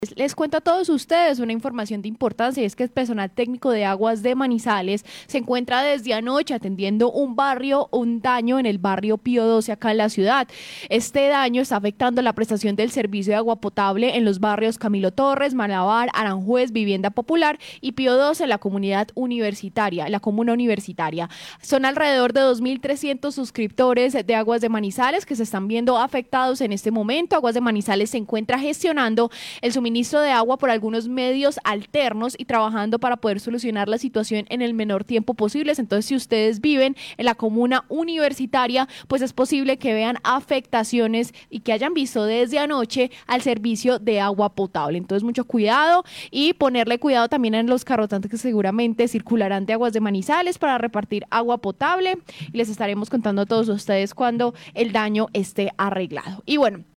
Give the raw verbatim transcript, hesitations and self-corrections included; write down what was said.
Les cuento a todos ustedes una información de importancia, y es que el personal técnico de Aguas de Manizales se encuentra desde anoche atendiendo un barrio, un daño en el barrio Pío doce acá en la ciudad. Este daño está afectando la prestación del servicio de agua potable en los barrios Camilo Torres, Malabar, Aranjuez, Vivienda Popular y Pío doce en la comunidad universitaria, la comuna universitaria. Son alrededor de dos mil trescientos suscriptores de Aguas de Manizales que se están viendo afectados en este momento. Aguas de Manizales se encuentra gestionando el suministro ministro de agua por algunos medios alternos y trabajando para poder solucionar la situación en el menor tiempo posible. Entonces, si ustedes viven en la comuna universitaria, pues es posible que vean afectaciones y que hayan visto desde anoche al servicio de agua potable. Entonces, mucho cuidado y ponerle cuidado también en los carrotantes que seguramente circularán de Aguas de Manizales para repartir agua potable, y les estaremos contando a todos ustedes cuando el daño esté arreglado. Y bueno,